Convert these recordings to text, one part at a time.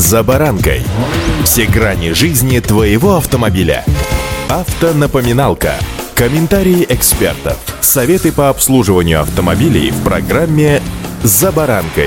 «За баранкой». Все грани жизни твоего автомобиля. Автонапоминалка. Комментарии экспертов. Советы по обслуживанию автомобилей в программе «За баранкой».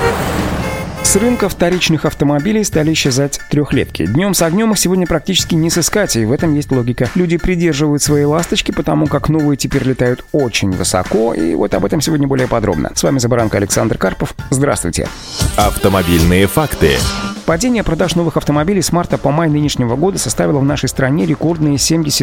С рынка вторичных автомобилей стали исчезать трехлетки. Днем с огнем их сегодня практически не сыскать, и в этом есть логика. Люди придерживают свои ласточки, потому как новые теперь летают очень высоко, и вот об этом сегодня более подробно. С вами «За баранкой» Александр Карпов. Здравствуйте. Автомобильные факты. Падение продаж новых автомобилей с марта по май нынешнего года составило в нашей стране рекордные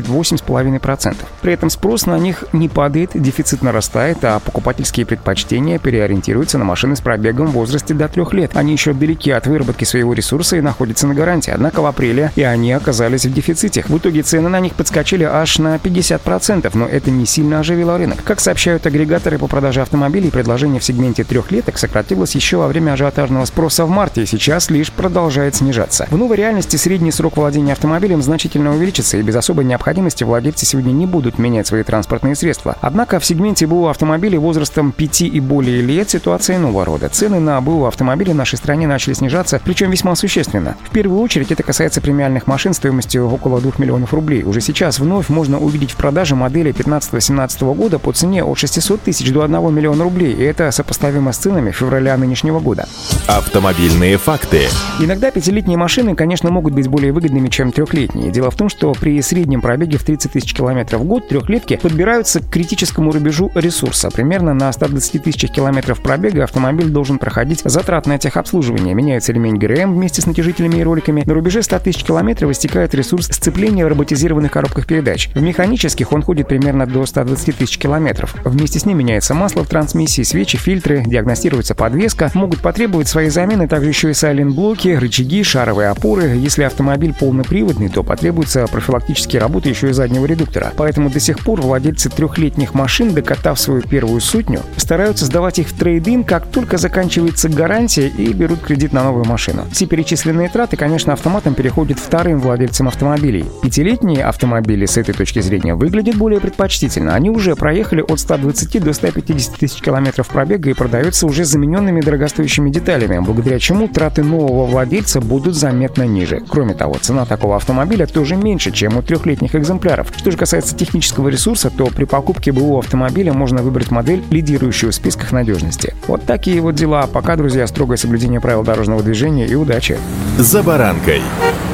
78,5%. При этом спрос на них не падает, дефицит нарастает, а покупательские предпочтения переориентируются на машины с пробегом в возрасте до 3 лет. Они еще далеки от выработки своего ресурса и находятся на гарантии. Однако в апреле и они оказались в дефиците. В итоге цены на них подскочили аж на 50%, но это не сильно оживило рынок. Как сообщают агрегаторы по продаже автомобилей, предложение в сегменте трехлеток сократилось еще во время ажиотажного спроса в марте и сейчас лишь продолжает снижаться. В новой реальности средний срок владения автомобилем значительно увеличится, и без особой необходимости владельцы сегодня не будут менять свои транспортные средства. Однако в сегменте БУ автомобилей возрастом 5 и более лет ситуация иного рода. Цены на БУ автомобили в нашей стране начали снижаться, причем весьма существенно. В первую очередь это касается премиальных машин стоимостью около 2 миллионов рублей. Уже сейчас вновь можно увидеть в продаже модели 15-17 года по цене от 600 тысяч до 1 миллиона рублей, и это сопоставимо с ценами февраля нынешнего года. Автомобильные факты. Иногда пятилетние машины, конечно, могут быть более выгодными, чем трехлетние. Дело в том, что при среднем пробеге в 30 тысяч километров в год трехлетки подбираются к критическому рубежу ресурса. Примерно на 120 тысячах километров пробега автомобиль должен проходить затратное техобслуживание. Меняется ремень ГРМ вместе с натяжителями и роликами. На рубеже 100 тысяч километров истекает ресурс сцепления в роботизированных коробках передач. В механических он ходит примерно до 120 тысяч километров. Вместе с ним меняется масло в трансмиссии, свечи, фильтры, диагностируется подвеска. Могут потребовать своей замены также еще и сайлент-блоки, рычаги, шаровые опоры. Если автомобиль полноприводный, то потребуются профилактические работы еще и заднего редуктора. Поэтому до сих пор владельцы трехлетних машин, докатав свою первую сотню, стараются сдавать их в трейд-ин, как только заканчивается гарантия, и берут кредит на новую машину. Все перечисленные траты, конечно, автоматом переходят вторым владельцам автомобилей. Пятилетние автомобили с этой точки зрения выглядят более предпочтительно. Они уже проехали от 120 до 150 тысяч километров пробега и продаются уже замененными дорогостоящими деталями, благодаря чему траты нового владельца будут заметно ниже. Кроме того, цена такого автомобиля тоже меньше, чем у трехлетних экземпляров. Что же касается технического ресурса, то при покупке БУ автомобиля можно выбрать модель, лидирующую в списках надежности. Вот такие вот дела. Пока, друзья, строгое соблюдение правил дорожного движения и удачи. «За баранкой».